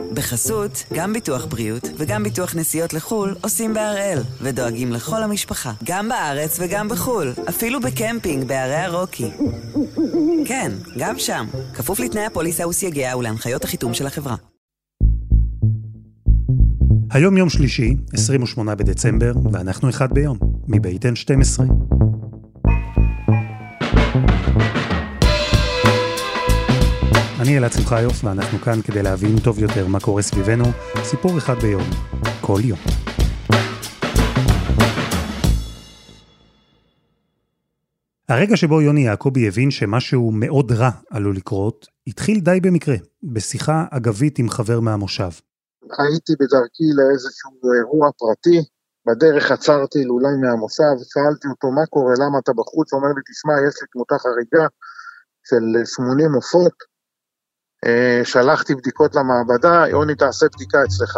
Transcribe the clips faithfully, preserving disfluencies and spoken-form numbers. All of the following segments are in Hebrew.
בחסות, גם ביטוח בריאות וגם ביטוח נסיעות לחול עושים בהראל, ודואגים לכל המשפחה, גם בארץ וגם בחול, אפילו בקמפינג בערי הרוקי. כן, גם שם, כפוף לתנאי הפוליסה וסייגיה ולהנחיות החיתום של החברה. היום יום שלישי, עשרים ושמונה בדצמבר, ואנחנו אחד ביום, מבית אן שתים עשרה. אני אלעד שמחיוף, ואנחנו כאן כדי להבין טוב יותר מה קורה סביבנו, סיפור אחד ביום, כל יום. הרגע שבו יוני יעקובי הבין שמשהו מאוד רע עלול לקרות, התחיל די במקרה, בשיחה אגבית עם חבר מהמושב. הייתי בדרכי לאיזשהו אירוע פרטי, בדרך עצרתי לאולי מהמושב, שאלתי אותו מה קורה, למה אתה בחוץ, הוא אומר לי תשמע, יש לי תמותה חריגה של שמונים עופות, שלחתי בדיקות למעבדה, יוני תעשה בדיקה אצלך.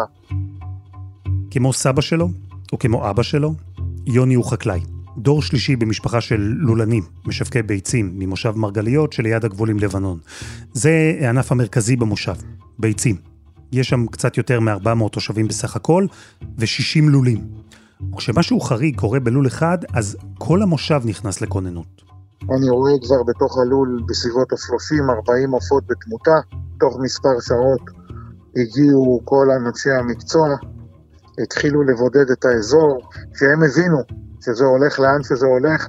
כמו סבא שלו, או כמו אבא שלו, יוני הוא חקלאי. דור שלישי במשפחה של לולנים, משווקי ביצים, ממושב מרגליות שליד הגבול עם לבנון. זה הענף המרכזי במושב, ביצים. יש שם קצת יותר מ-ארבע מאות תושבים בסך הכל, ו-שישים לולים. וכשמשהו חריג קורה בלול אחד, אז כל המושב נכנס לכוננות. אני רואה כבר בתוך הלול בסביבות ה-שלושים ארבעים עופות בתמותה, תוך מספר שעות הגיעו כל אנשי המקצוע, התחילו לבודד את האזור, שהם הבינו שזה הולך לאן שזה הולך,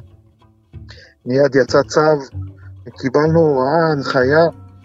מיד יצא צו, קיבלנו הוראה, הנחיה,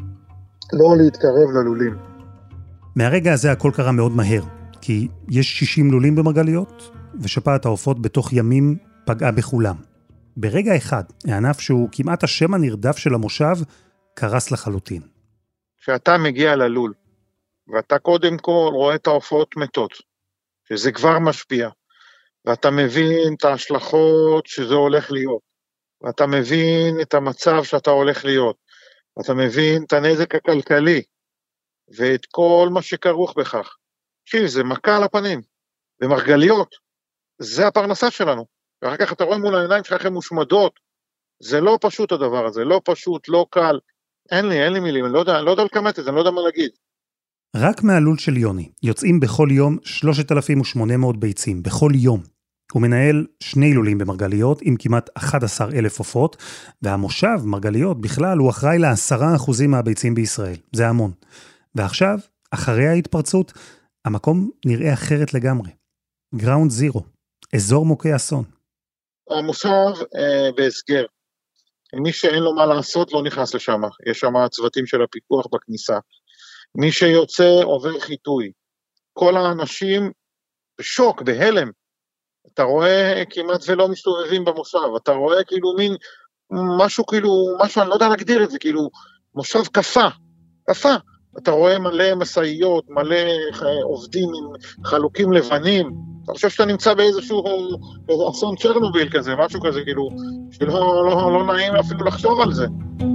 לא להתקרב ללולים. מהרגע הזה הכל קרה מאוד מהר, כי יש שישים לולים במרגליות, ושפעת העופות בתוך ימים פגעה בכולם. ברגע אחד, הענף שהוא כמעט השם הנרדף של המושב, קרס לחלוטין. כשאתה מגיע ללול, ואתה קודם כל רואה את העופות מתות, שזה כבר משפיע, ואתה מבין את ההשלכות שזה הולך להיות, ואתה מבין את המצב שאתה הולך להיות, ואתה מבין את הנזק הכלכלי, ואת כל מה שכרוך בכך. תקשיב, זה מכה על הפנים, במרגליות, זה הפרנסה שלנו. ואחר כך אתה רואה מול העיניים שלכם מושמדות, זה לא פשוט הדבר הזה, לא פשוט, לא קל, אין לי, אין לי מילים, אני לא יודע, אני לא יודע לכמת את זה, אני לא יודע מה להגיד. רק מהלול של יוני יוצאים בכל יום שלושת אלפים ושמונה מאות ביצים, בכל יום. הוא מנהל שני לולים במרגליות עם כמעט אחד עשר אלף עופות, והמושב מרגליות בכלל הוא אחראי לעשרה אחוזים מהביצים בישראל, זה המון. ועכשיו, אחרי ההתפרצות, המקום נראה אחרת לגמרי. גראונד זירו, אזור מוכה אסון. המושב אה, בהסגר. מי שאין לו מה לעשות לא נכנס לשם. יש שם צוותים של הפיקוח בכניסה. מי שיוצא עובר חיטוי. כל האנשים בשוק, בהלם. אתה רואה כמעט ולא מסתובבים במושב. אתה רואה כאילו מין משהו כאילו, משהו אני לא יודע להגדיר את זה, כאילו מושב קפה. קפה. אתה רואה מלא מסעיות, מלא עובדים עם חלוקים לבנים. אתה חושב שאתה נמצא באיזשהו אסון צ'רנוביל כזה, משהו כזה, כאילו, שלא לא, לא נעים אפילו לחשוב על זה.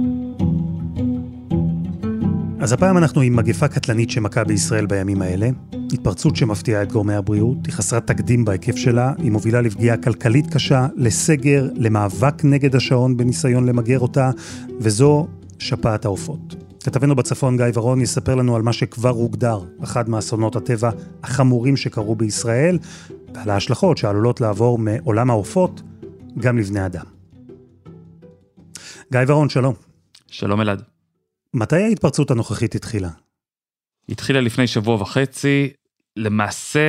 אז הפעם אנחנו עם מגפה קטלנית שמכה בישראל בימים האלה. התפרצות שמפתיעה את גורמי הבריאות, היא חסרת תקדים בהיקף שלה, היא מובילה לפגיעה כלכלית קשה, לסגר, למאבק נגד השעון בניסיון למגר אותה, וזו שפעת העופות. כתבנו בצפון גיא ורון יספר לנו על מה שכבר הוגדר, אחד מאסונות הטבע החמורים שקרו בישראל, ועל ההשלכות שעלולות לעבור מעולם העופות גם לבני אדם. גיא ורון, שלום. שלום אלעד. מתי ההתפרצות הנוכחית התחילה? התחילה לפני שבוע וחצי, למעשה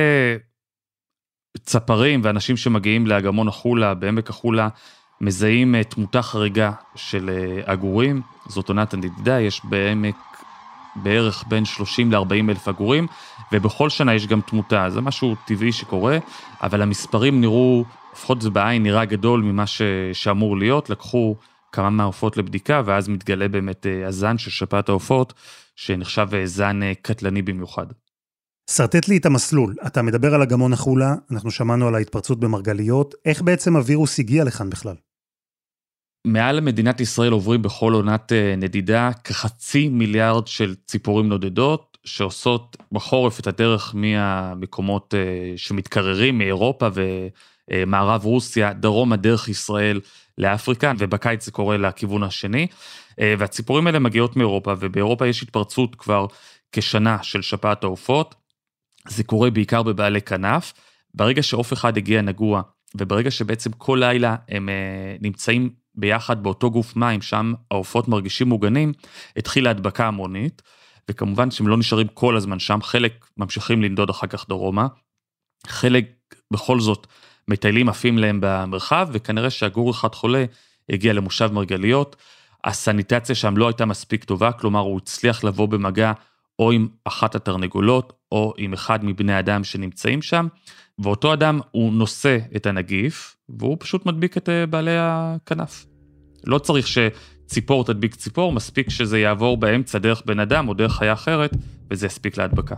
צפרים ואנשים שמגיעים לאגמון החולה, בעמק החולה, מזהים תמותה חריגה של אגורים, זאת עונת הנדידה, יש בעמק בערך בין שלושים לארבעים אלף אגורים, ובכל שנה יש גם תמותה, זה משהו טבעי שקורה, אבל המספרים נראו, לפחות זה בעין נראה גדול ממה ש... שאמור להיות, לקחו כמה מהעופות לבדיקה, ואז מתגלה באמת הזן של שפעת העופות, שנחשב זן קטלני במיוחד. סרטט לי את המסלול, אתה מדבר על אגמון החולה, אנחנו שמענו על ההתפרצות במרגליות, איך בעצם הווירוס הגיע לכאן בכלל? מעל מדינת ישראל עוברים בכל עונת נדידה כחצי מיליארד של ציפורים נודדות, שעושות בחורף את הדרך מהמקומות שמתקררים מאירופה ומערב רוסיה, דרום הדרך ישראל לאפריקה, ובקיץ זה קורה לכיוון השני, והציפורים האלה מגיעות מאירופה, ובאירופה יש התפרצות כבר כשנה של שפעת העופות, זה קורה בעיקר בבעלי כנף, ברגע שעוף אחד הגיע נגוע, וברגע שבעצם כל לילה הם נמצאים ביחד באותו גוף מים, שם העופות מרגישים מוגנים, התחילה הדבקה המונית, וכמובן שהם לא נשארים כל הזמן שם, חלק ממשיכים לנדוד אחר כך דרומה, חלק בכל זאת מטיילים עפים להם במרחב, וכנראה שהגור אחד חולה הגיע למושב מרגליות, הסניטציה שם לא הייתה מספיק טובה, כלומר הוא הצליח לבוא במגע או עם אחת התרנגולות, או עם אחד מבני אדם שנמצאים שם, ואותו אדם הוא נושא את הנגיף, והוא פשוט מדביק את בעלי הכנף. לא צריך שציפור תדביק ציפור, מספיק שזה יעבור באמצע דרך בן אדם, או דרך חיה אחרת, וזה יספיק להדבקה.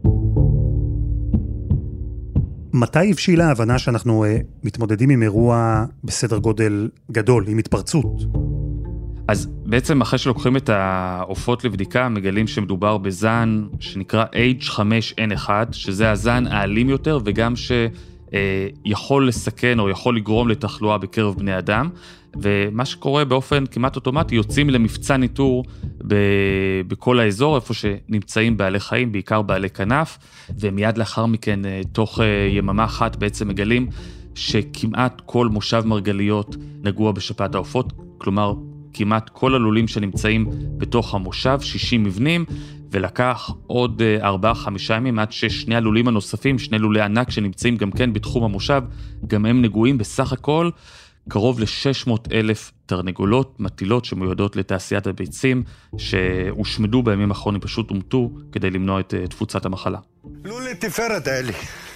מתי הבשילה ההבנה שאנחנו uh, מתמודדים עם אירוע בסדר גודל גדול, עם התפרצות? אז בעצם אחרי שלוקחים את העופות לבדיקה, מגלים שמדובר בזן שנקרא אייץ' חמש אן אחת, שזה הזן האלים יותר, וגם שיכול לסכן או יכול לגרום לתחלואה בקרב בני אדם, ומה שקורה באופן כמעט אוטומטי, יוצאים למבצע ניטור ב- בכל האזור, איפה שנמצאים בעלי חיים, בעיקר בעלי כנף, ומיד לאחר מכן, תוך יממה אחת בעצם מגלים שכמעט כל מושב מרגליות נגוע בשפעת העופות, כלומר, כמעט כל הלולים שנמצאים בתוך המושב, שישים מבנים, ולקח עוד ארבעה חמישה ימים, עד ששני הלולים הנוספים, שני לולי ענק שנמצאים גם כן בתחום המושב, גם הם נגועים בסך הכל, קרוב ל-שש מאות אלף תרנגולות, מטילות שמיועדות לתעשיית הביצים, שהושמדו בימים האחרונים, פשוט אומתו כדי למנוע את תפוצת המחלה. לול לתפארת האלה,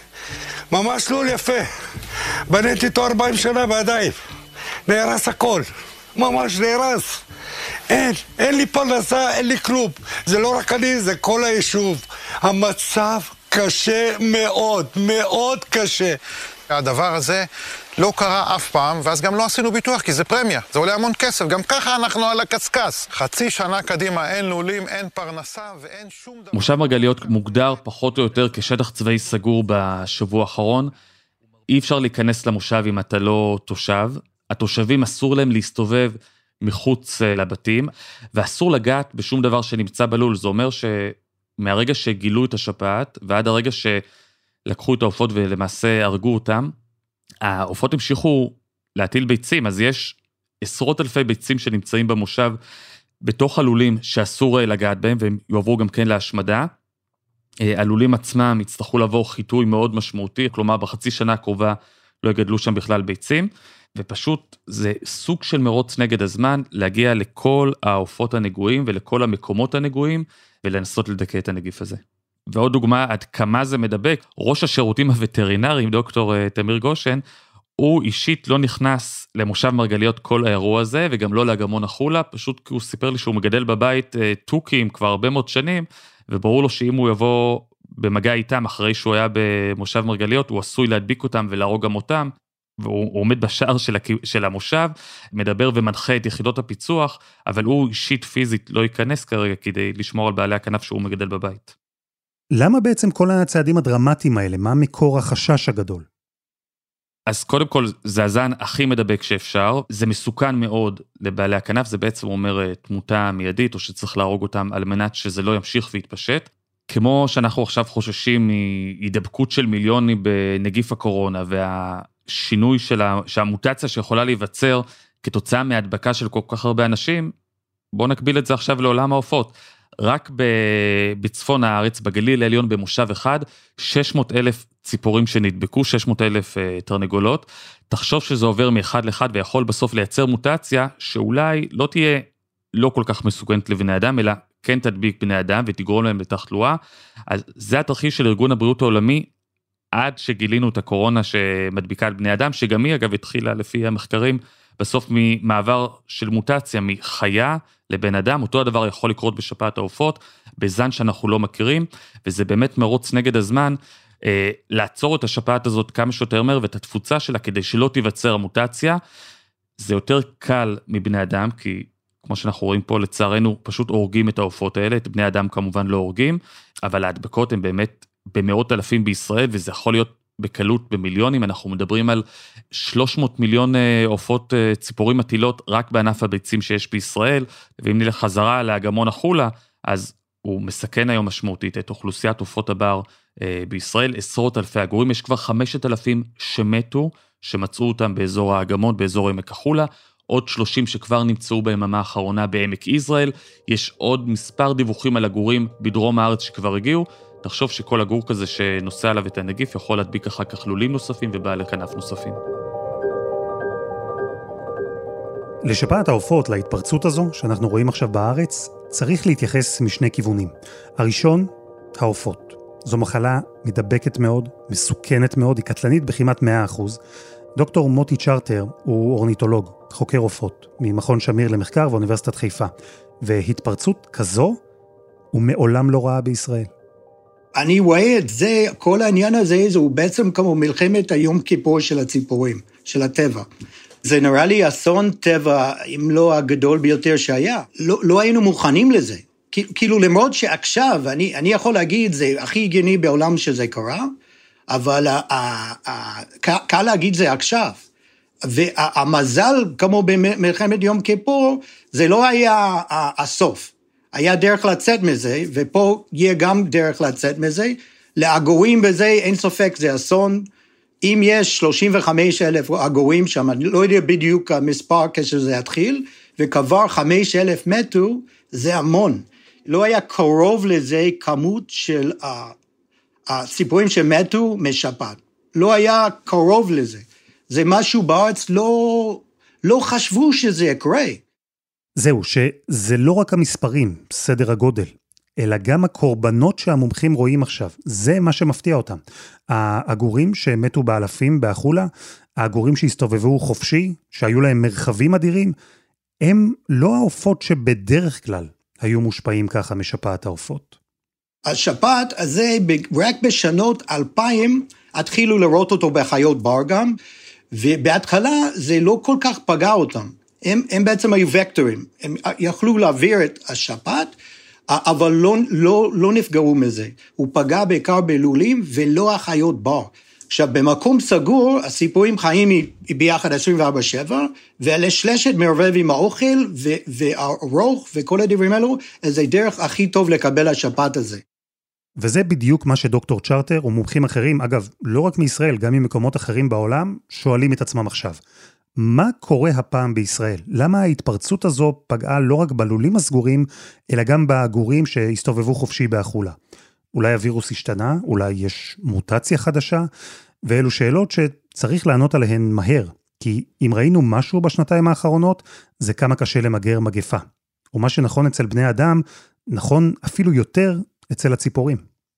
ממש לול יפה, בניתי איתו ארבעים שנה בידיים, נהרס הכל. ממש נהרס. אין, אין לי פרנסה, אין לי כלום. זה לא רק אני, זה כל היישוב. המצב קשה מאוד, מאוד קשה. הדבר הזה לא קרה אף פעם, ואז גם לא עשינו ביטוח, כי זה פרמיה. זה עולה המון כסף, גם ככה אנחנו על הקסקס. חצי שנה קדימה, אין לולים, אין פרנסה ואין שום דבר. מושב מרגליות מוגדר פחות או יותר כשטח צבאי סגור בשבוע האחרון. אי אפשר להיכנס למושב אם אתה לא תושב. התושבים אסור להם להסתובב מחוץ לבתים, ואסור לגעת בשום דבר שנמצא בלול. זה אומר שמהרגע שגילו את השפעת, ועד הרגע שלקחו את העופות ולמעשה הרגו אותם, העופות המשיכו להטיל ביצים, אז יש עשרות אלפי ביצים שנמצאים במושב, בתוך הלולים שאסור לגעת בהם, והם יועברו גם כן להשמדה. הלולים עצמם יצטרכו לעבור חיטוי מאוד משמעותי, כלומר בחצי שנה הקרובה לא יגדלו שם בכלל ביצים, ופשוט זה סוג של מרוץ נגד הזמן, להגיע לכל העופות הנגועים ולכל המקומות הנגועים, ולנסות לדכא את הנגיף הזה. ועוד דוגמה עד כמה זה מדבק, ראש השירותים הווטרינריים, דוקטור תמיר גושן, הוא אישית לא נכנס למושב מרגליות כל האירוע הזה, וגם לא לאגמון החולה, פשוט כי הוא סיפר לי שהוא מגדל בבית טוקים כבר הרבה מאוד שנים, וברור לו שאם הוא יבוא במגע איתם, אחרי שהוא היה במושב מרגליות, הוא עשוי להדביק אותם ולהרוג גם אותם, והוא עומד בשער של, של המושב, מדבר ומנחה את יחידות הפיצוח, אבל הוא אישית פיזית לא ייכנס כרגע, כדי לשמור על בעלי הכנף שהוא מגדל בבית. למה בעצם כל הצעדים הדרמטיים האלה? מה מקור החשש הגדול? אז קודם כל, זה הזן הכי מדבק שאפשר, זה מסוכן מאוד לבעלי הכנף, זה בעצם אומר תמותה מיידית, או שצריך להרוג אותם על מנת שזה לא ימשיך ויתפשט. כמו שאנחנו עכשיו חוששים מהידבקות של מיליונים בנגיף הקורונה, והשינוי של המוטציה שיכולה להיווצר כתוצאה מהדבקה של כל כך הרבה אנשים, בואו נקביל את זה עכשיו לעולם העופות. רק בצפון הארץ, בגליל העליון במושב אחד, שש מאות אלף ציפורים שנדבקו, שש מאות אלף תרנגולות, תחשוב שזה עובר מאחד לאחד, ויכול בסוף לייצר מוטציה, שאולי לא תהיה לא כל כך מסוכנת לבני אדם, אלא כן תדביק בני אדם, ותגרום להם לתחלואה. אז זה התרחיש של ארגון הבריאות העולמי, עד שגילינו את הקורונה שמדביקה על בני אדם, שגם היא אגב התחילה לפי המחקרים, בסוף ממעבר של מוטציה מחיה לבן אדם, אותו הדבר יכול לקרות בשפעת העופות, בזן שאנחנו לא מכירים, וזה באמת מרוץ נגד הזמן, אה, לעצור את השפעת הזאת כמה שיותר מהר, ואת התפוצה שלה, כדי שלא תיווצר המוטציה. זה יותר קל מבני אדם, כי כמו שאנחנו רואים פה, לצערנו, פשוט הורגים את העופות האלה, את בני אדם כמובן לא הורגים, אבל ההדבקות הן באמת במאות אלפים בישראל, וזה יכול להיות בקלות במיליונים, אנחנו מדברים על שלוש מאות מיליון עופות ציפורים מטילות, רק בענף הביצים שיש בישראל, ואם נלך חזרה לאגמון החולה, אז הוא מסכן היום משמעותית את אוכלוסיית עופות הבר אה, בישראל, עשרות אלפי עגורים, יש כבר חמשת אלפים שמתו, שמצאו אותם באזור האגמון, באזור עמק החולה, עוד שלושים שכבר נמצאו ביממה האחרונה בעמק יזרעאל, יש עוד מספר דיווחים על עגורים בדרום הארץ שכבר הגיעו, תחשוב שכל עגור כזה שנושא עליו את הנגיף יכול להדביק אחר כך לולים נוספים ובעלי כנף נוספים. לשפעת העופות, להתפרצות הזו שאנחנו רואים עכשיו בארץ, צריך להתייחס משני כיוונים. הראשון, העופות. זו מחלה מדבקת מאוד, מסוכנת מאוד, היא קטלנית בכמעט מאה אחוז. דוקטור מוטי צ'רטר הוא אורניטולוג, חוקר עופות, ממכון שמיר למחקר ואוניברסיטת חיפה. והתפרצות כזו הוא מעולם לא ראה בישראל. אני רואה את זה, כל העניין הזה, הוא בעצם כמו מלחמת היום כיפור של הציפורים, של הטבע. זה נראה לי אסון טבע, אם לא הגדול ביותר שהיה. לא, לא היינו מוכנים לזה. כאילו, למרות שעכשיו, אני, אני יכול להגיד, זה הכי הגיוני בעולם שזה קרה, אבל ה, ה, ה, קל להגיד זה עכשיו. והמזל, כמו במלחמת יום כיפור, זה לא היה הסוף. היה דרך לצאת מזה, ופה יהיה גם דרך לצאת מזה. לעגורים בזה, אין ספק, זה אסון. אם יש שלושים וחמישה אלף עגורים שם, אני לא יודע בדיוק המספר כשזה יתחיל, וכבר חמישה אלף מתו, זה המון. לא היה קרוב לזה כמות של הציפורים שמתו משפעת. לא היה קרוב לזה. זה משהו בארץ לא, לא חשבו שזה יקרה. זהו, שזה לא רק המספרים, סדר הגודל, אלא גם הקורבנות שהמומחים רואים עכשיו. זה מה שמפתיע אותם. העגורים שמתו באלפים באחולה, העגורים שהסתובבו חופשי, שהיו להם מרחבים אדירים, הם לא העופות שבדרך כלל היו מושפעים ככה משפעת העופות. השפעת הזה, רק בשנות אלפיים, התחילו לראות אותו בחיות בר גם, ובהתחלה זה לא כל כך פגע אותם. הם, הם בעצם היו וקטורים, הם יכלו להעביר את השפעת, אבל לא, לא, לא נפגעו מזה. הוא פגע בעיקר בלולים ולא החיות בר. עכשיו, במקום סגור, הסיפורים חיים ביחד עשרים וארבע שבע, ולשלשת מערבב עם האוכל והרוך וכל הדברים האלו, זה דרך הכי טוב לקבל השפעת הזה. וזה בדיוק מה שדוקטור צ'רטר ומומחים אחרים, אגב, לא רק מישראל, גם ממקומות אחרים בעולם, שואלים את עצמם עכשיו. מה קורה הפעם בישראל? למה ההתפרצות הזו פגעה לא רק בלולים הסגורים, אלא גם בעגורים שהסתובבו חופשי באחולה? אולי הווירוס השתנה? אולי יש מוטציה חדשה? ואלו שאלות שצריך לענות עליהן מהר, כי אם ראינו משהו בשנתיים האחרונות, זה כמה קשה למגר מגפה. ומה שנכון אצל בני אדם, נכון אפילו יותר אצל הציפורים.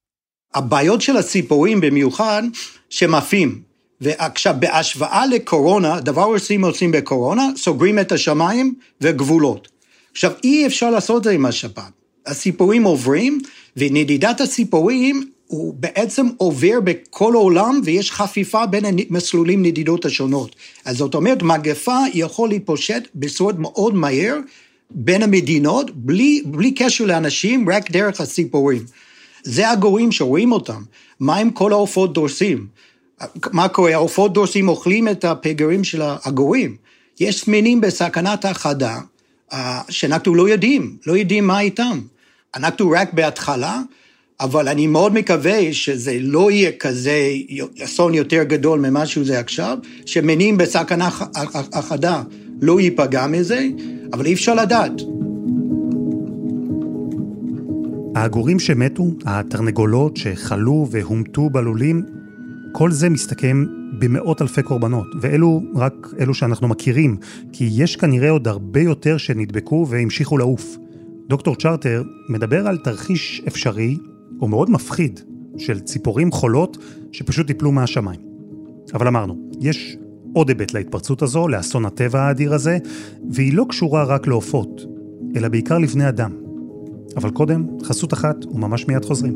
הבעיות של הציפורים במיוחד שמפים, ועכשיו בהשוואה לקורונה, דבר עושים עושים בקורונה, סוגרים את השמיים וגבולות. עכשיו אי אפשר לעשות את זה עם השפעת. הציפורים עוברים, ונדידת הציפורים הוא בעצם עובר בכל העולם, ויש חפיפה בין המסלולים נדידות השונות. אז זאת אומרת, מגפה יכול להתפושט בצורה מאוד מהר, בין המדינות, בלי, בלי קשר לאנשים, רק דרך הציפורים. זה הגורים שרואים אותם. מה עם כל העופות דורסים? מה קורה? העופות דורסים אוכלים את הפגרים של הגורים. יש סמינים בסכנת החדה, שאנחנו לא יודעים, לא יודעים מה איתם. אנחנו רק בהתחלה, אבל אני מאוד מקווה שזה לא יהיה כזה אסון יותר גדול ממה שזה עכשיו, שמינים בסכנה החדה לא ייפגע מזה, אבל אי אפשר לדעת. העגורים שמתו, התרנגולות שחלו והומתו בלולים, כל זה מסתכם במאות אלפי קורבנות, ואלו רק אלו שאנחנו מכירים, כי יש כנראה עוד הרבה יותר שנדבקו והמשיכו לעוף. דוקטור צ'רטר מדבר על תרחיש אפשרי, או מאוד מפחיד, של ציפורים חולות שפשוט ייפלו מהשמיים. אבל אמרנו, יש עוד היבט להתפרצות הזו, לאסון הטבע האדיר הזה, והיא לא קשורה רק לעופות, אלא בעיקר לבני אדם. אבל קודם, חסות אחת וממש מיד חוזרים.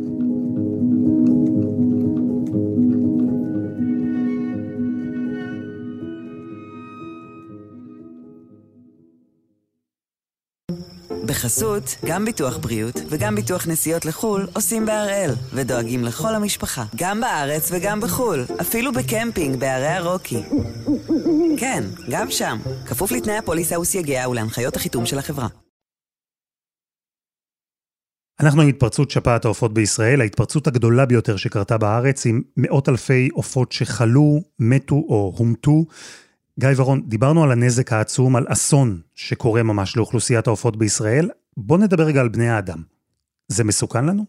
בחסות, גם ביטוח בריאות וגם ביטוח נסיעות לחול עושים בהראל, ודואגים לכל המשפחה, גם בארץ וגם בחול, אפילו בקמפינג בערי הרוקי. כן, גם שם, כפוף לתנאי הפוליסה וסייגיה ולהנחיות החיתום של החברה. אנחנו עם התפרצות שפעת העופות בישראל, ההתפרצות הגדולה ביותר שקרתה בארץ, עם מאות אלפי עופות שחלו, מתו או הומתו. גיא ורון, דיברנו על הנזק העצום, על אסון שקורה ממש לאוכלוסיית העופות בישראל. בוא נדבר רגע על בני האדם. זה מסוכן לנו?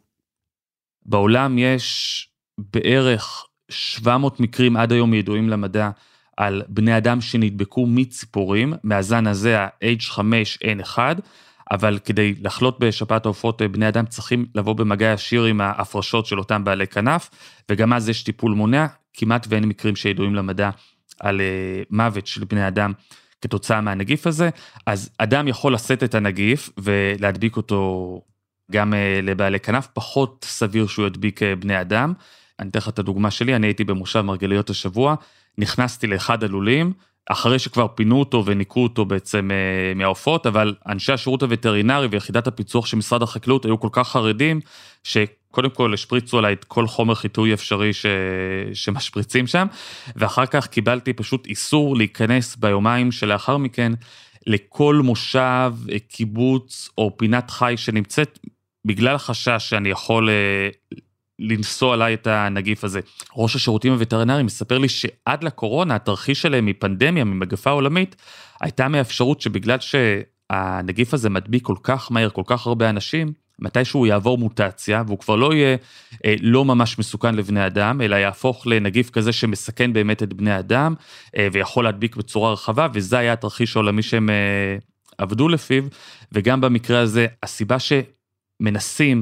בעולם יש בערך שבע מאות מקרים עד היום ידועים למדע על בני אדם שנדבקו מציפורים, מהזן הזה ה-אייץ' חמש אן אחת, אבל כדי לחלות בשפעת העופות בני אדם צריכים לבוא במגע ישיר עם ההפרשות של אותם בעלי כנף, וגם אז יש טיפול מונע, כמעט ואין מקרים שידועים למדע על uh, מוות של בני אדם כתוצאה מהנגיף הזה. אז אדם יכול לשאת את הנגיף ולהדביק אותו גם uh, לבעלי כנף, פחות סביר שהוא ידביק uh, בני אדם. אני אתן לך את הדוגמה שלי, אני הייתי במושב מרגליות השבוע, נכנסתי לאחד הלולים, אחרי שכבר פינו אותו וניקו אותו בעצם אה, מהעופות, אבל אנשי השירות הווטרינרי ויחידת הפיצוח של משרד החקלאות היו כל כך חרדים, שקודם כל השפריצו עליי את כל חומר חיטוי אפשרי ש... שמשפריצים שם, ואחר כך קיבלתי פשוט איסור להיכנס ביומיים שלאחר מכן, לכל מושב, קיבוץ או פינת חי שנמצאת, בגלל החשש שאני יכול אה, לנסוע עליי את הנגיף הזה. ראש השירותים הווטרינריים מספר לי שעד לקורונה, התרחיש שלהם מפנדמיה, ממגפה עולמית, הייתה מאפשרות שבגלל שהנגיף הזה מדביק כל כך מהר, כל כך הרבה אנשים, מתישהו יעבור מוטציה, והוא כבר לא יהיה אה, לא ממש מסוכן לבני אדם, אלא יהפוך לנגיף כזה שמסכן באמת את בני אדם, אה, ויכול להדביק בצורה רחבה, וזה היה התרחיש העולמי שהם אה, עבדו לפיו, וגם במקרה הזה, הסיבה שמנסים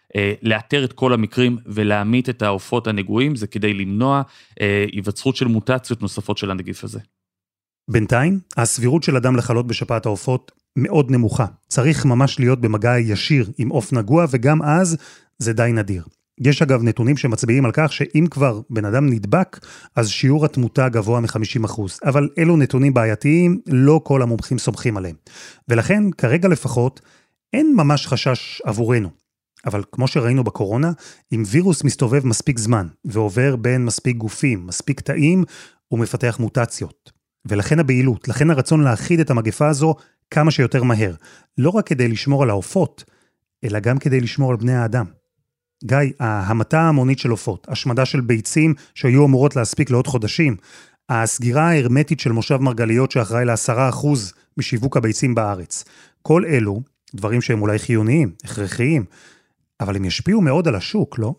לאתר את כל המקרים ולהעמיד את העופות הנגועים, זה כדי למנוע היווצרות של מוטציות נוספות של הנגיף הזה. בינתיים, הסבירות של אדם לחלות בשפעת העופות מאוד נמוכה. צריך ממש להיות במגע ישיר עם עוף נגוע, וגם אז זה די נדיר. יש אגב נתונים שמצביעים על כך שאם כבר בן אדם נדבק, אז שיעור התמותה גבוה מ-חמישים אחוז. אבל אלו נתונים בעייתיים, לא כל המומחים סומכים עליהם. ולכן, כרגע לפחות, אין ממש חשש עבורנו. אבל כמו שראינו בקורונה, אם וירוס מסתובב מספיק זמן, ועובר בין מספיק גופים, מספיק תאים, הוא מפתח מוטציות. ולכן הבעילות, לכן הרצון להכיד את המגפה הזו כמה שיותר מהר. לא רק כדי לשמור על העופות, אלא גם כדי לשמור על בני האדם. גיא, ההמתה ההמונית של עופות, השמדה של ביצים שהיו אמורות להספיק לעוד חודשים, הסגירה ההרמטית של מושב מרגליות שאחראי לעשרה אחוז משיווק הביצים בארץ. כל אלו, דברים שהם אולי חיוניים, הכרחיים, אבל הם ישפיעו מאוד על השוק, לא?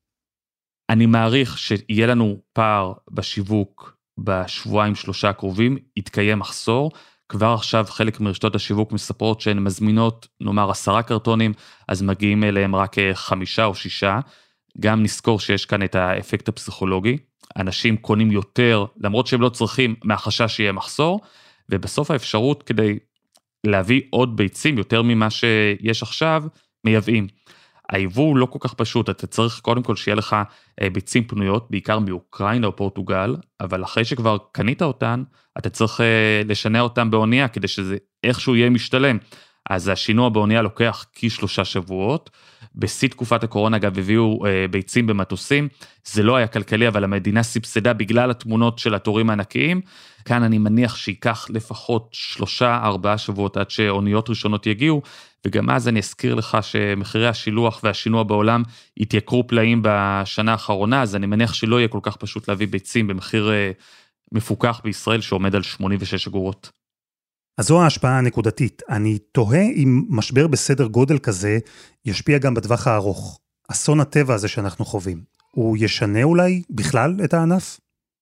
אני מעריך שיהיה לנו פער בשיווק בשבועיים שלושה הקרובים, יתקיים מחסור, כבר עכשיו חלק מרשתות השיווק מספרות שהן מזמינות, נאמר עשרה קרטונים, אז מגיעים אליהם רק חמישה או שישה, גם נזכור שיש כאן את האפקט הפסיכולוגי, אנשים קונים יותר, למרות שהם לא צריכים מהחשש שיהיה מחסור, ובסוף האפשרות כדי להביא עוד ביצים יותר ממה שיש עכשיו, מייבאים. היבוא הוא לא כל כך פשוט, אתה צריך קודם כל שיהיה לך ביצים פנויות, בעיקר מאוקראינה או פורטוגל, אבל אחרי שכבר קנית אותן, אתה צריך לשנע אותן באונייה, כדי שזה איכשהו יהיה משתלם. אז השינוע באונייה לוקח כשלושה שבועות, בשיא תקופת הקורונה אגב הביאו ביצים במטוסים, זה לא היה כלכלי, אבל המדינה סבסדה בגלל התמונות של התורים הענקיים, כאן אני מניח שיקח לפחות שלושה, ארבעה שבועות עד שאוניות ראשונות יגיעו, וגם אז אני אזכיר לך שמחירי השילוח והשינוע בעולם התייקרו פלאים בשנה האחרונה, אז אני מניח שלא יהיה כל כך פשוט להביא ביצים במחיר מפוקח בישראל שעומד על שמונים ושש אגורות. אז זו ההשפעה הנקודתית. אני תוהה אם משבר בסדר גודל כזה ישפיע גם בטווח הארוך. אסון הטבע הזה שאנחנו חווים, הוא ישנה אולי בכלל את הענף?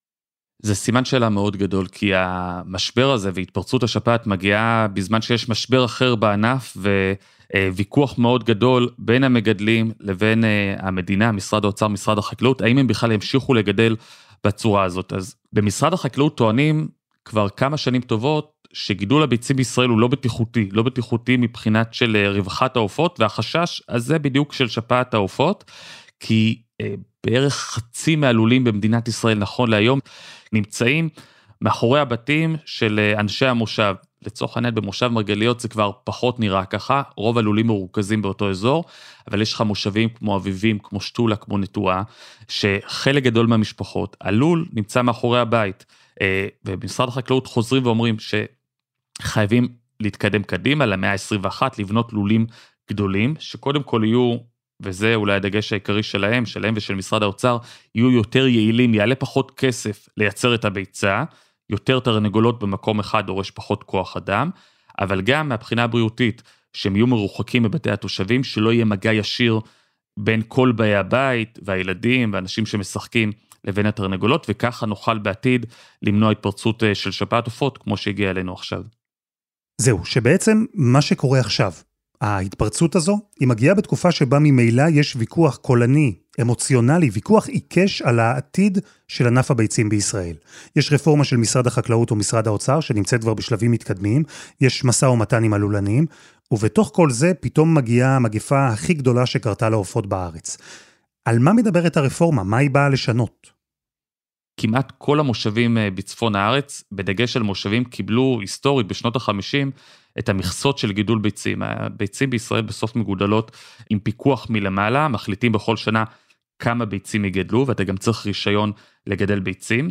זה סימן שאלה מאוד גדול, כי המשבר הזה והתפרצות השפעת מגיעה בזמן שיש משבר אחר בענף, וויכוח מאוד גדול בין המגדלים לבין המדינה, משרד האוצר, משרד החקלאות, האם הם בכלל ימשיכו לגדל בצורה הזאת. אז במשרד החקלאות טוענים כבר כמה שנים טובות, שגידול הביצים בישראל הוא לא בטיחותי, לא בטיחותי מבחינת של רווחת העופות, והחשש הזה בדיוק של שפעת העופות, כי בערך חצי מהלולים במדינת ישראל נכון להיום, נמצאים מאחורי הבתים של אנשי המושב, לצורך העניין במושב מרגליות זה כבר פחות נראה ככה, רוב הלולים מרוכזים באותו אזור, אבל יש לך מושבים כמו אביבים, כמו שטולה, כמו נטועה, שחלק גדול מהמשפחות, הלול נמצא מאחורי הבית, ובמשרד החקלאות חוזרים ואומרים שחייבים להתקדם קדימה למאה ה-עשרים ואחת, לבנות לולים גדולים, שקודם כל יהיו, וזה אולי הדגש העיקרי שלהם, שלהם ושל משרד האוצר, יהיו יותר יעילים, יעלה פחות כסף לייצר את הביצה, יותר תרנגולות במקום אחד דורש פחות כוח אדם, אבל גם מהבחינה הבריאותית, שהם יהיו מרוחקים מבתי התושבים, שלא יהיה מגע ישיר בין כל באי הבית והילדים ואנשים שמשחקים לבין התרנגולות, וככה נוכל בעתיד למנוע התפרצות של שפעת עופות, כמו שהגיע אלינו עכשיו. זהו, שבעצם מה שקורה עכשיו, ההתפרצות הזו, היא מגיעה בתקופה שבה ממילא יש ויכוח קולני, אמוציונלי, ויכוח עיקש על העתיד של ענף הביצים בישראל. יש רפורמה של משרד החקלאות ומשרד האוצר, שנמצאת כבר בשלבים מתקדמים, יש מסע ומתן עם הלולנים, ובתוך כל זה פתאום מגיעה המגפה הכי גדולה שקרתה לעופות בארץ. על מה מדברת הרפורמה? מה היא באה לשנות? כמעט כל המושבים בצפון הארץ, בדגש על מושבים, קיבלו היסטורית בשנות ה-חמישים את המכסות של גידול ביצים. הביצים בישראל בסוף מגודלות עם פיקוח מלמעלה, מחליטים בכל שנה כמה ביצים יגדלו, ואתה גם צריך רישיון לגדל ביצים,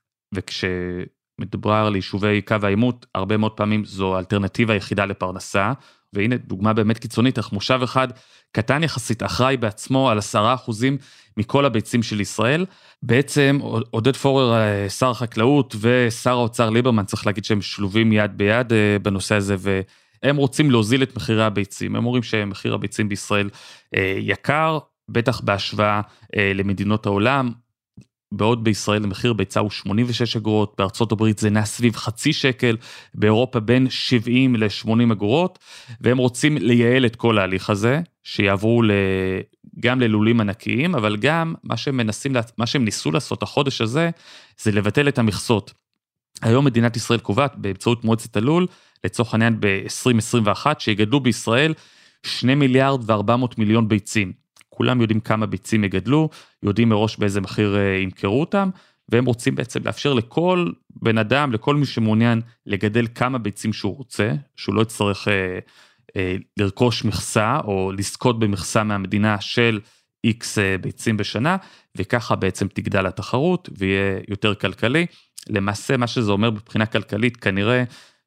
וכשמדובר על יישובי קו העימות, הרבה מאוד פעמים זו האלטרנטיבה היחידה לפרנסה, והנה דוגמה באמת קיצונית, אך מושב אחד קטן יחסית אחראי בעצמו על עשרה אחוזים מכל הביצים של ישראל. בעצם עודד פורר, שר החקלאות ושר האוצר ליברמן, צריך להגיד שהם שלובים יד ביד בנושא הזה, והם רוצים להוזיל את מחירי הביצים. הם אומרים שמחיר הביצים בישראל יקר, בטח בהשוואה למדינות העולם, בעוד בישראל המחיר ביצה הוא שמונים ושש אגורות, בארצות הברית זה נע סביב חצי שקל, באירופה בין שבעים לשמונים אגורות, והם רוצים לייעל את כל ההליך הזה, שיעברו גם ללולים ענקיים, אבל גם מה שהם מנסים, מה שהם ניסו לעשות החודש הזה, זה לבטל את המכסות. היום מדינת ישראל קובעת באמצעות מועצת הלול, לצורך העניין ב-עשרים עשרים ואחת, שיגדלו בישראל שני מיליארד וארבע מאות מיליון ביצים. כולם יודעים כמה ביצים יגדלו, יודעים מראש באיזה מחיר ימכרו אותם, והם רוצים בעצם לאפשר לכל בן אדם, לכל מי שמעוניין לגדל כמה ביצים שהוא רוצה, שהוא לא יצטרך אה, אה, לרכוש מכסה, או לזכות במכסה מהמדינה של איקס אה, ביצים בשנה, וככה בעצם תגדל התחרות, ויהיה יותר כלכלי. למעשה מה שזה אומר בבחינה כלכלית, כנראה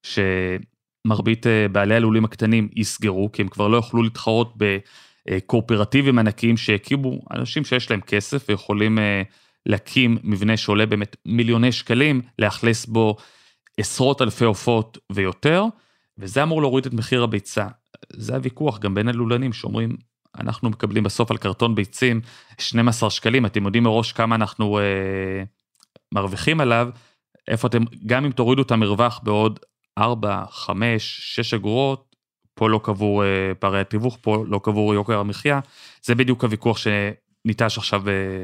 שמרבית אה, בעלי הלולים הקטנים יסגרו, כי הם כבר לא יוכלו להתחרות ב... קואופרטיבים ענקיים שהקימו, אנשים שיש להם כסף ויכולים להקים מבנה שעולה באמת מיליוני שקלים, להכלס בו עשרות אלפי עופות ויותר, וזה אמור להוריד את מחיר הביצה. זה הוויכוח גם בין הלולנים שאומרים, אנחנו מקבלים בסוף על קרטון ביצים שנים עשר שקלים, אתם יודעים מראש כמה אנחנו אה, מרוויחים עליו, איפה אתם, גם אם תורידו את המרווח בעוד ארבע, חמש, שש אגורות, פה לא קבור פערי התיווך, פה לא קבור יוקר המחיה, זה בדיוק הוויכוח שניטש עכשיו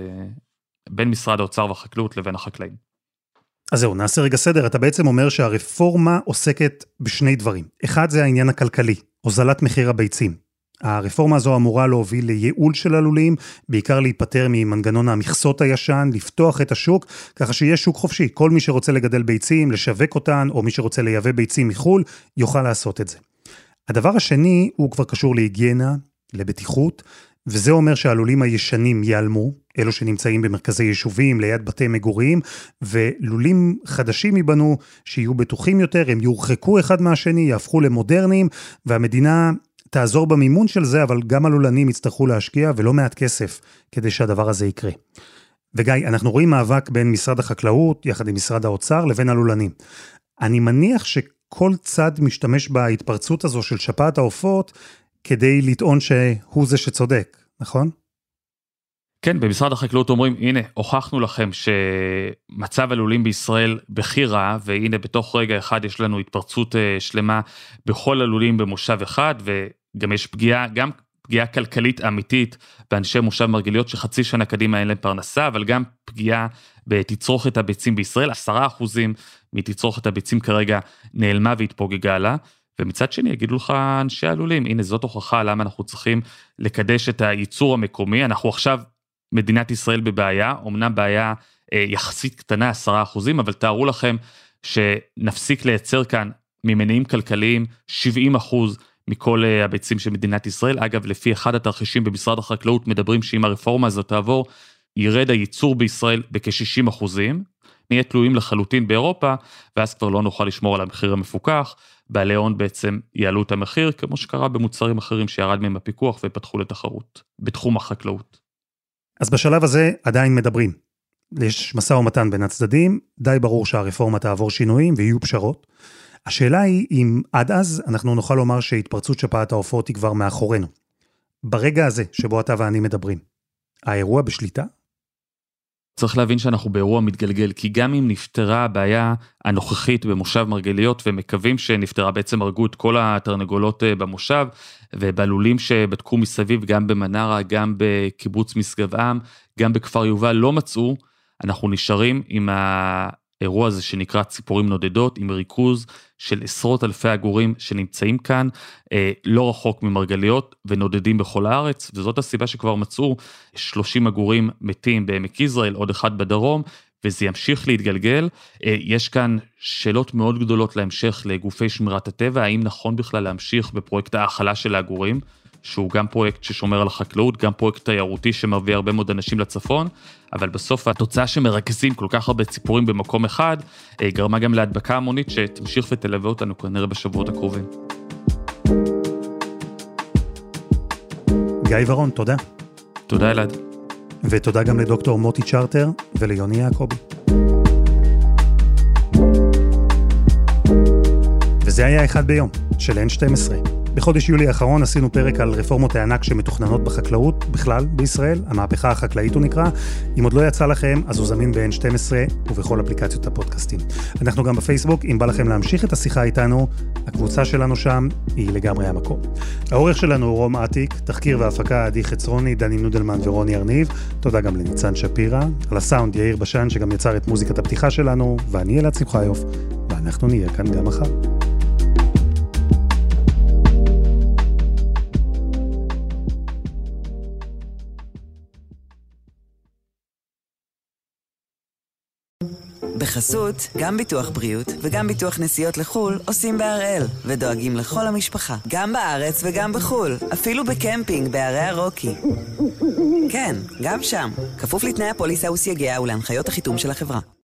בין משרד האוצר והחקלאות לבין החקלאים. אז זהו, נעשה רגע סדר, אתה בעצם אומר שהרפורמה עוסקת בשני דברים. אחד זה העניין הכלכלי, הוזלת מחיר הביצים. הרפורמה הזו אמורה להוביל לייעול של הלולים, בעיקר להיפטר ממנגנון המכסות הישן, לפתוח את השוק, ככה שיהיה שוק חופשי. כל מי שרוצה לגדל ביצים, לשווק אותן, או מי שרוצה לייבא ביצים מחול, יוכל לעשות את זה. הדבר השני הוא כבר קשור להיגיינה, לבטיחות, וזה אומר שהלולים הישנים ייעלמו, אלו שנמצאים במרכזי יישובים, ליד בתי מגורים, ולולים חדשים ייבנו, שיהיו בטוחים יותר, הם יורחקו אחד מהשני, יהפכו למודרניים, והמדינה תעזור במימון של זה, אבל גם הלולנים יצטרכו להשקיע, ולא מעט כסף, כדי שהדבר הזה יקרה. וגיא, אנחנו רואים מאבק בין משרד החקלאות, יחד עם משרד האוצר, לבין הלולנים. אני מניח שכל צד משתמש בהתפרצות הזו של שפעת העופות, כדי לטעון שהוא זה שצודק, נכון? כן, במשרד החקלאות אומרים, הנה, הוכחנו לכם שמצב הלולים בישראל בכי רע, והנה בתוך רגע אחד יש לנו התפרצות שלמה בכל הלולים במושב אחד, וגם יש פגיעה, גם פגיעה כלכלית אמיתית באנשי מושב מרגליות, שחצי שנה קדימה אין להם פרנסה, אבל גם פגיעה בתצרוכת הביצים בישראל, עשרה אחוזים מתצרוכת הביצים כרגע נעלמה והתפוגגה לה, ומצד שני יגידו לך אנשי הלולים, הנה זאת הוכחה למה אנחנו צריכים לקדש את הייצור המקומי, אנחנו עכשיו מדינת ישראל בבעיה, אמנם בעיה אה, יחסית קטנה, עשרה אחוזים, אבל תארו לכם שנפסיק לייצר כאן ממניעים כלכליים שבעים אחוז מכל אה, הביצים של מדינת ישראל. אגב, לפי אחד התרחישים במשרד החקלאות מדברים שאם הרפורמה הזאת תעבור, ירד הייצור בישראל בכ-שישים אחוזים, נהיה תלויים לחלוטין באירופה, ואז כבר לא נוכל לשמור על המחיר המפוקח. בעלי הון בעצם יעלו את המחיר, כמו שקרה במוצרים אחרים שירד מהם הפיקוח ופתחו לתחרות בתחום החקלאות. אז בשלב הזה עדיין מדברים. יש משא ומתן בין הצדדים, די ברור שהרפורמה תעבור שינויים ויהיו פשרות. השאלה היא אם עד אז אנחנו נוכל לומר שהתפרצות שפעת העופות היא כבר מאחורינו. ברגע הזה שבו אתה ואני מדברים, האירוע בשליטה? צריך להבין שאנחנו באירוע מתגלגל, כי גם אם נפתרה הבעיה הנוכחית במושב מרגליות, ומקווים שנפתרה, בעצם הרגו את כל התרנגולות במושב, ובלולים שבדקו מסביב, גם במנרה, גם בקיבוץ משגב-עם, גם בכפר יובל, לא מצאו, אנחנו נשארים עם האירוע הזה שנקרא ציפורים נודדות, עם ריכוז של עשרות אלפי עגורים שנמצאים כאן, לא רחוק ממרגליות ונודדים בכל הארץ, וזאת הסיבה שכבר מצאו שלושים עגורים מתים בעמק יזרעאל, עוד אחד בדרום, וזה ימשיך להתגלגל. יש כאן שאלות מאוד גדולות להמשך לגופי שמירת הטבע, האם נכון בכלל להמשיך בפרויקט האכלה של העגורים, שהוא גם פרויקט ששומר על החקלאות, גם פרויקט תיירותי שמביא הרבה מאוד אנשים לצפון, אבל בסוף התוצאה שמרכזים כל כך הרבה ציפורים במקום אחד, גרמה גם להדבקה המונית שתמשיך ותלווה אותנו כנראה בשבועות הקרובים. גיא ורון, תודה. תודה אלעד. ותודה גם לדוקטור מוטי צ'רטר וליוני יעקובי. וזה היה אחד ביום של אן שתים עשרה. בחודש יולי האחרון עשינו פרק על רפורמות הענק שמתוכננות בחקלאות, בכלל בישראל, המהפכה החקלאית הוא נקרא. אם עוד לא יצא לכם, אז הוא זמין ב-אן שתים עשרה ובכל אפליקציות הפודקאסטים. אנחנו גם בפייסבוק, אם בא לכם להמשיך את השיחה איתנו, הקבוצה שלנו שם היא לגמרי המקום. העורך שלנו הוא רום עתיק, תחקיר והפקה עדי חצרוני, דני נודלמן ורוני ארניב. תודה גם לניצן שפירא, על הסאונד יאיר בשן שגם יצר את מוזיקת הפתיחה שלנו, ואני אלעד שמחיוף, ואנחנו נהיה כאן גם מחר. בחסות, גם ביטוח בריאות וגם ביטוח נסיעות לחול עושים בהראל ודואגים לכל המשפחה, גם בארץ וגם בחול, אפילו בקמפינג בערי הרוקי. כן, גם שם, כפוף לתנאי הפוליסה וסייגיה ולהנחיות החיתום של החברה.